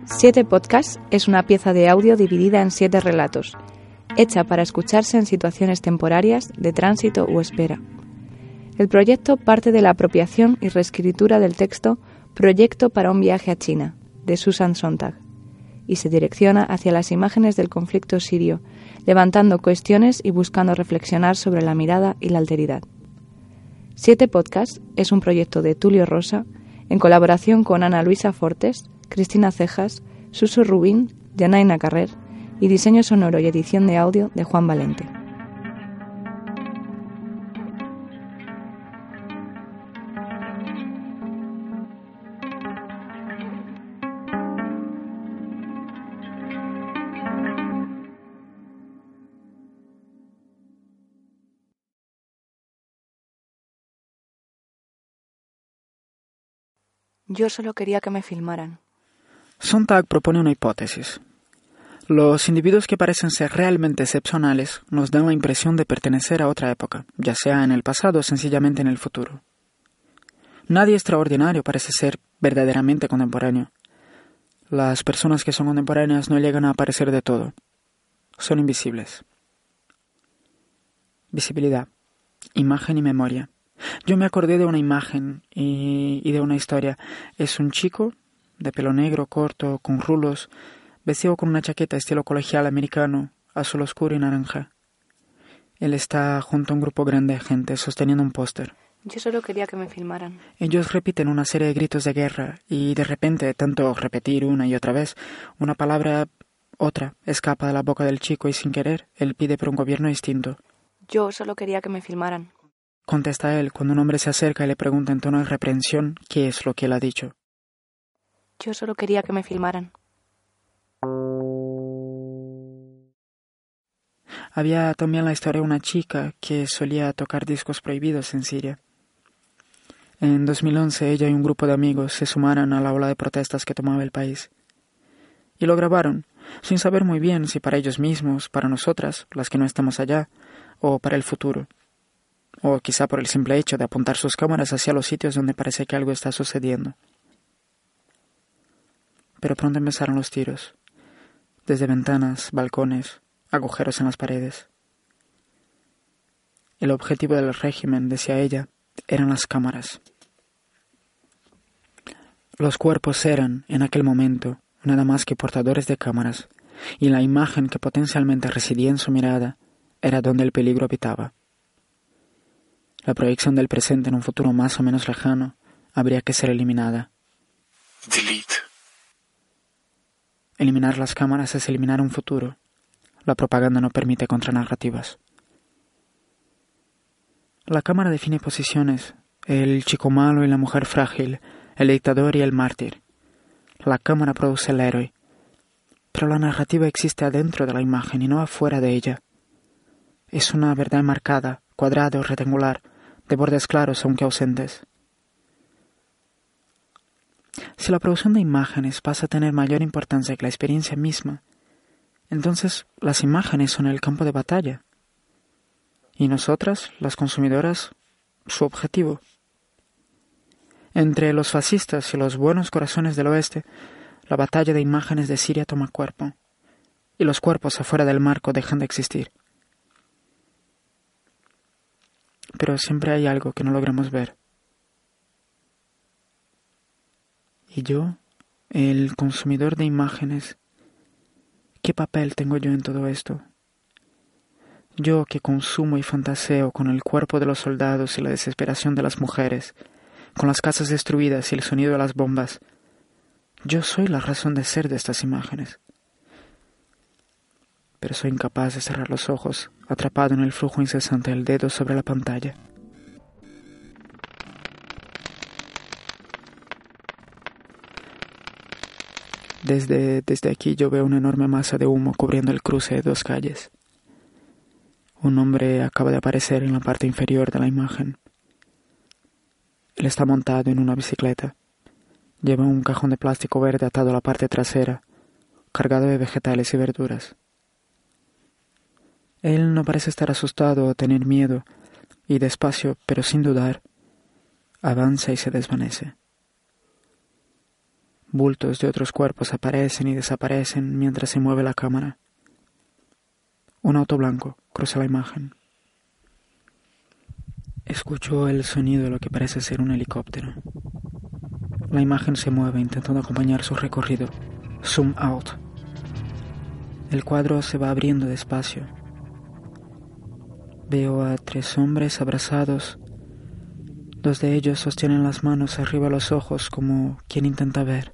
7 Podcasts es una pieza de audio dividida en 7 relatos, hecha para escucharse en situaciones temporarias de tránsito o espera. El proyecto parte de la apropiación y reescritura del texto Proyecto para un viaje a China, de Susan Sontag, y se direcciona hacia las imágenes del conflicto sirio, levantando cuestiones y buscando reflexionar sobre la mirada y la alteridad. 7 Podcasts es un proyecto de Tulio Rosa, en colaboración con Ana Luisa Fortes, Cristina Cejas, Suso Rubín, Janaina Carrer y diseño sonoro y edición de audio de Juan Valente. Yo solo quería que me filmaran. Sontag propone una hipótesis. Los individuos que parecen ser realmente excepcionales nos dan la impresión de pertenecer a otra época, ya sea en el pasado o sencillamente en el futuro. Nadie extraordinario parece ser verdaderamente contemporáneo. Las personas que son contemporáneas no llegan a aparecer de todo. Son invisibles. Visibilidad, imagen y memoria. Yo me acordé de una imagen y de una historia. Es un chico de pelo negro, corto, con rulos, vestido con una chaqueta estilo colegial americano, azul oscuro y naranja. Él está junto a un grupo grande de gente, sosteniendo un póster. Yo solo quería que me filmaran. Ellos repiten una serie de gritos de guerra, y de repente, tanto repetir una y otra vez, una palabra, otra, escapa de la boca del chico y sin querer, él pide por un gobierno distinto. Yo solo quería que me filmaran. Contesta él cuando un hombre se acerca y le pregunta en tono de reprensión qué es lo que él ha dicho. Yo solo quería que me filmaran. Había también la historia de una chica que solía tocar discos prohibidos en Siria. En 2011 ella y un grupo de amigos se sumaron a la ola de protestas que tomaba el país. Y lo grabaron, sin saber muy bien si para ellos mismos, para nosotras, las que no estamos allá, o para el futuro. O quizá por el simple hecho de apuntar sus cámaras hacia los sitios donde parece que algo está sucediendo. Pero pronto empezaron los tiros, desde ventanas, balcones, agujeros en las paredes. El objetivo del régimen, decía ella, eran las cámaras. Los cuerpos eran, en aquel momento, nada más que portadores de cámaras, y la imagen que potencialmente residía en su mirada era donde el peligro habitaba. La proyección del presente en un futuro más o menos lejano habría que ser eliminada. Delete. Eliminar las cámaras es eliminar un futuro. La propaganda no permite contranarrativas. La cámara define posiciones, el chico malo y la mujer frágil, el dictador y el mártir. La cámara produce el héroe, pero la narrativa existe adentro de la imagen y no afuera de ella. Es una verdad marcada, cuadrada o rectangular, de bordes claros aunque ausentes. Si la producción de imágenes pasa a tener mayor importancia que la experiencia misma, entonces las imágenes son el campo de batalla. Y nosotras, las consumidoras, su objetivo. Entre los fascistas y los buenos corazones del oeste, la batalla de imágenes de Siria toma cuerpo, y los cuerpos afuera del marco dejan de existir. Pero siempre hay algo que no logramos ver. Y yo, el consumidor de imágenes, ¿qué papel tengo yo en todo esto? Yo que consumo y fantaseo con el cuerpo de los soldados y la desesperación de las mujeres, con las casas destruidas y el sonido de las bombas, yo soy la razón de ser de estas imágenes. Pero soy incapaz de cerrar los ojos, atrapado en el flujo incesante del dedo sobre la pantalla. Desde aquí yo veo una enorme masa de humo cubriendo el cruce de 2 calles. Un hombre acaba de aparecer en la parte inferior de la imagen. Él está montado en una bicicleta. Lleva un cajón de plástico verde atado a la parte trasera, cargado de vegetales y verduras. Él no parece estar asustado o tener miedo, y despacio, pero sin dudar, avanza y se desvanece. Bultos de otros cuerpos aparecen y desaparecen mientras se mueve la cámara. Un auto blanco cruza la imagen. Escucho el sonido de lo que parece ser un helicóptero. La imagen se mueve intentando acompañar su recorrido. Zoom out. El cuadro se va abriendo despacio. Veo a 3 hombres abrazados. 2 de ellos sostienen las manos arriba a los ojos como quien intenta ver.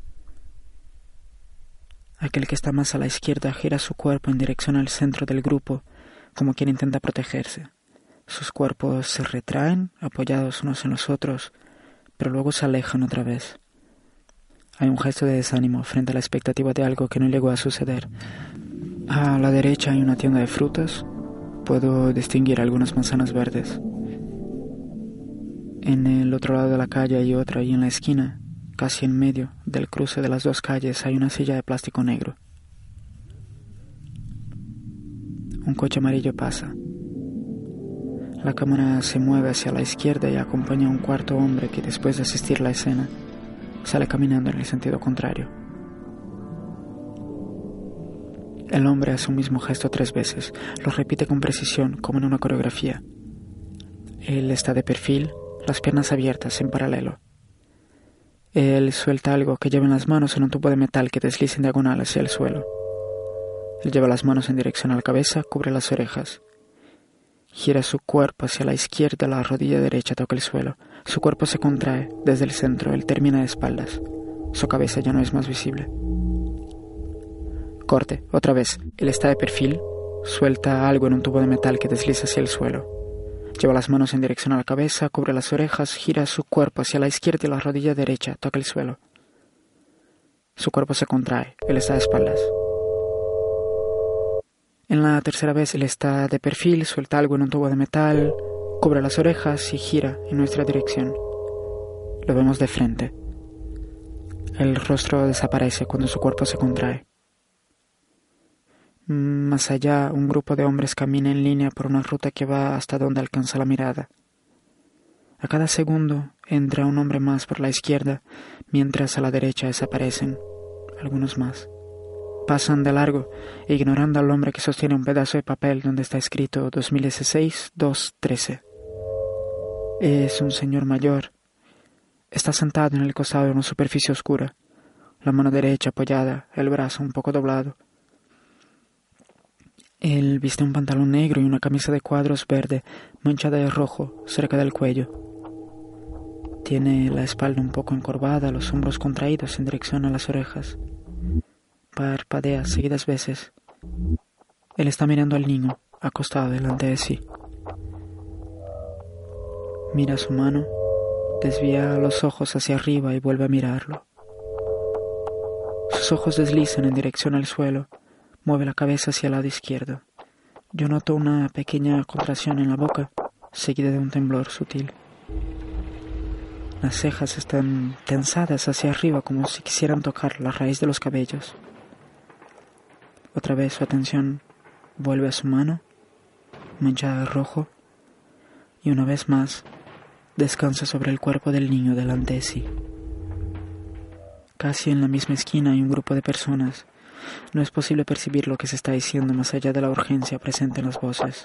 Aquel que está más a la izquierda gira su cuerpo en dirección al centro del grupo como quien intenta protegerse. Sus cuerpos se retraen, apoyados unos en los otros, pero luego se alejan otra vez. Hay un gesto de desánimo frente a la expectativa de algo que no llegó a suceder. A la derecha hay una tienda de frutas. Puedo distinguir algunas manzanas verdes. En el otro lado de la calle hay otra y en la esquina, casi en medio del cruce de las 2 calles, hay una silla de plástico negro. Un coche amarillo pasa. La cámara se mueve hacia la izquierda y acompaña a un cuarto hombre que, después de asistir a la escena, sale caminando en el sentido contrario. El hombre hace un mismo gesto 3 veces. Lo repite con precisión, como en una coreografía. Él está de perfil, las piernas abiertas en paralelo. Él suelta algo que lleva en las manos en un tubo de metal que desliza en diagonal hacia el suelo. Él lleva las manos en dirección a la cabeza, cubre las orejas. Gira su cuerpo hacia la izquierda, la rodilla derecha toca el suelo. Su cuerpo se contrae desde el centro, él termina de espaldas. Su cabeza ya no es más visible. Corte, otra vez. Él está de perfil, suelta algo en un tubo de metal que desliza hacia el suelo. Lleva las manos en dirección a la cabeza, cubre las orejas, gira su cuerpo hacia la izquierda y la rodilla derecha toca el suelo. Su cuerpo se contrae, él está de espaldas. En la tercera vez él está de perfil, suelta algo en un tubo de metal, cubre las orejas y gira en nuestra dirección. Lo vemos de frente. El rostro desaparece cuando su cuerpo se contrae. Más allá, un grupo de hombres camina en línea por una ruta que va hasta donde alcanza la mirada. A cada segundo entra un hombre más por la izquierda, mientras a la derecha desaparecen algunos más. Pasan de largo, ignorando al hombre que sostiene un pedazo de papel donde está escrito 2016-2-13. Es un señor mayor. Está sentado en el costado de una superficie oscura, la mano derecha apoyada, el brazo un poco doblado. Él viste un pantalón negro y una camisa de cuadros verde, manchada de rojo, cerca del cuello. Tiene la espalda un poco encorvada, los hombros contraídos en dirección a las orejas. Parpadea seguidas veces. Él está mirando al niño, acostado delante de sí. Mira su mano, desvía los ojos hacia arriba y vuelve a mirarlo. Sus ojos deslizan en dirección al suelo, mueve la cabeza hacia el lado izquierdo. Yo noto una pequeña contracción en la boca, seguida de un temblor sutil. Las cejas están tensadas hacia arriba como si quisieran tocar la raíz de los cabellos. Otra vez su atención vuelve a su mano, manchada de rojo, y una vez más descansa sobre el cuerpo del niño delante de sí. Casi en la misma esquina hay un grupo de personas. No es posible percibir lo que se está diciendo más allá de la urgencia presente en las voces.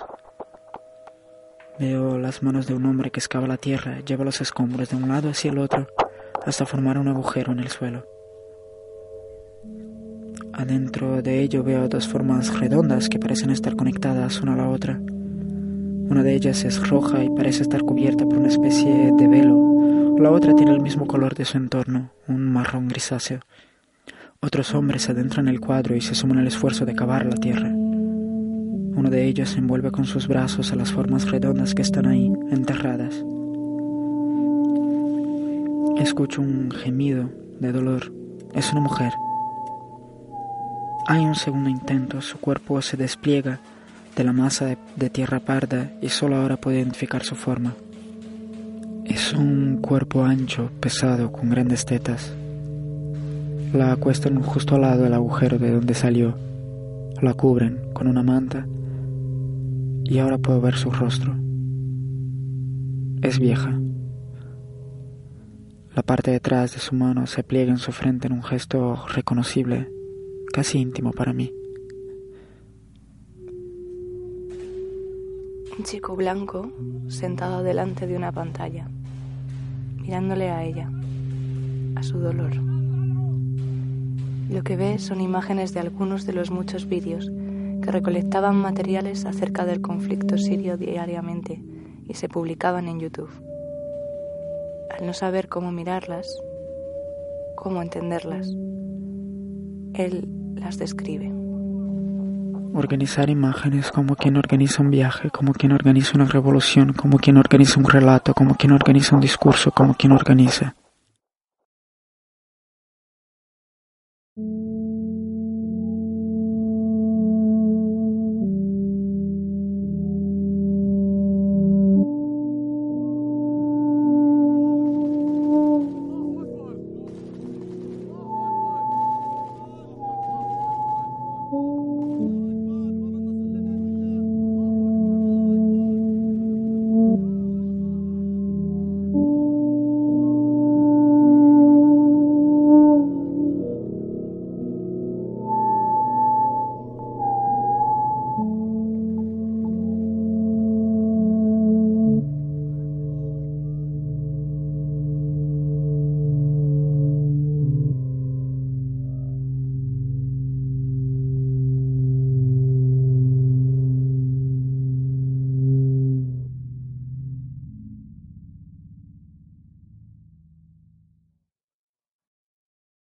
Veo las manos de un hombre que excava la tierra, lleva los escombros de un lado hacia el otro hasta formar un agujero en el suelo. Adentro de ello veo 2 formas redondas que parecen estar conectadas una a la otra. Una de ellas es roja y parece estar cubierta por una especie de velo. La otra tiene el mismo color de su entorno, un marrón grisáceo. Otros hombres se adentran en el cuadro y se suman al esfuerzo de cavar la tierra. Uno de ellos se envuelve con sus brazos a las formas redondas que están ahí, enterradas. Escucho un gemido de dolor. Es una mujer. Hay un segundo intento, su cuerpo se despliega de la masa de tierra parda y solo ahora puedo identificar su forma. Es un cuerpo ancho, pesado, con grandes tetas. La acuestan justo al lado del agujero de donde salió. La cubren con una manta y ahora puedo ver su rostro. Es vieja. La parte de atrás de su mano se pliega en su frente en un gesto reconocible, casi íntimo para mí. Un chico blanco sentado delante de una pantalla, mirándole a ella, a su dolor. Lo que ve son imágenes de algunos de los muchos vídeos que recolectaban materiales acerca del conflicto sirio diariamente y se publicaban en YouTube. Al no saber cómo mirarlas, cómo entenderlas, él las describe. Organizar imágenes como quien organiza un viaje, como quien organiza una revolución, como quien organiza un relato, como quien organiza un discurso, como quien organiza.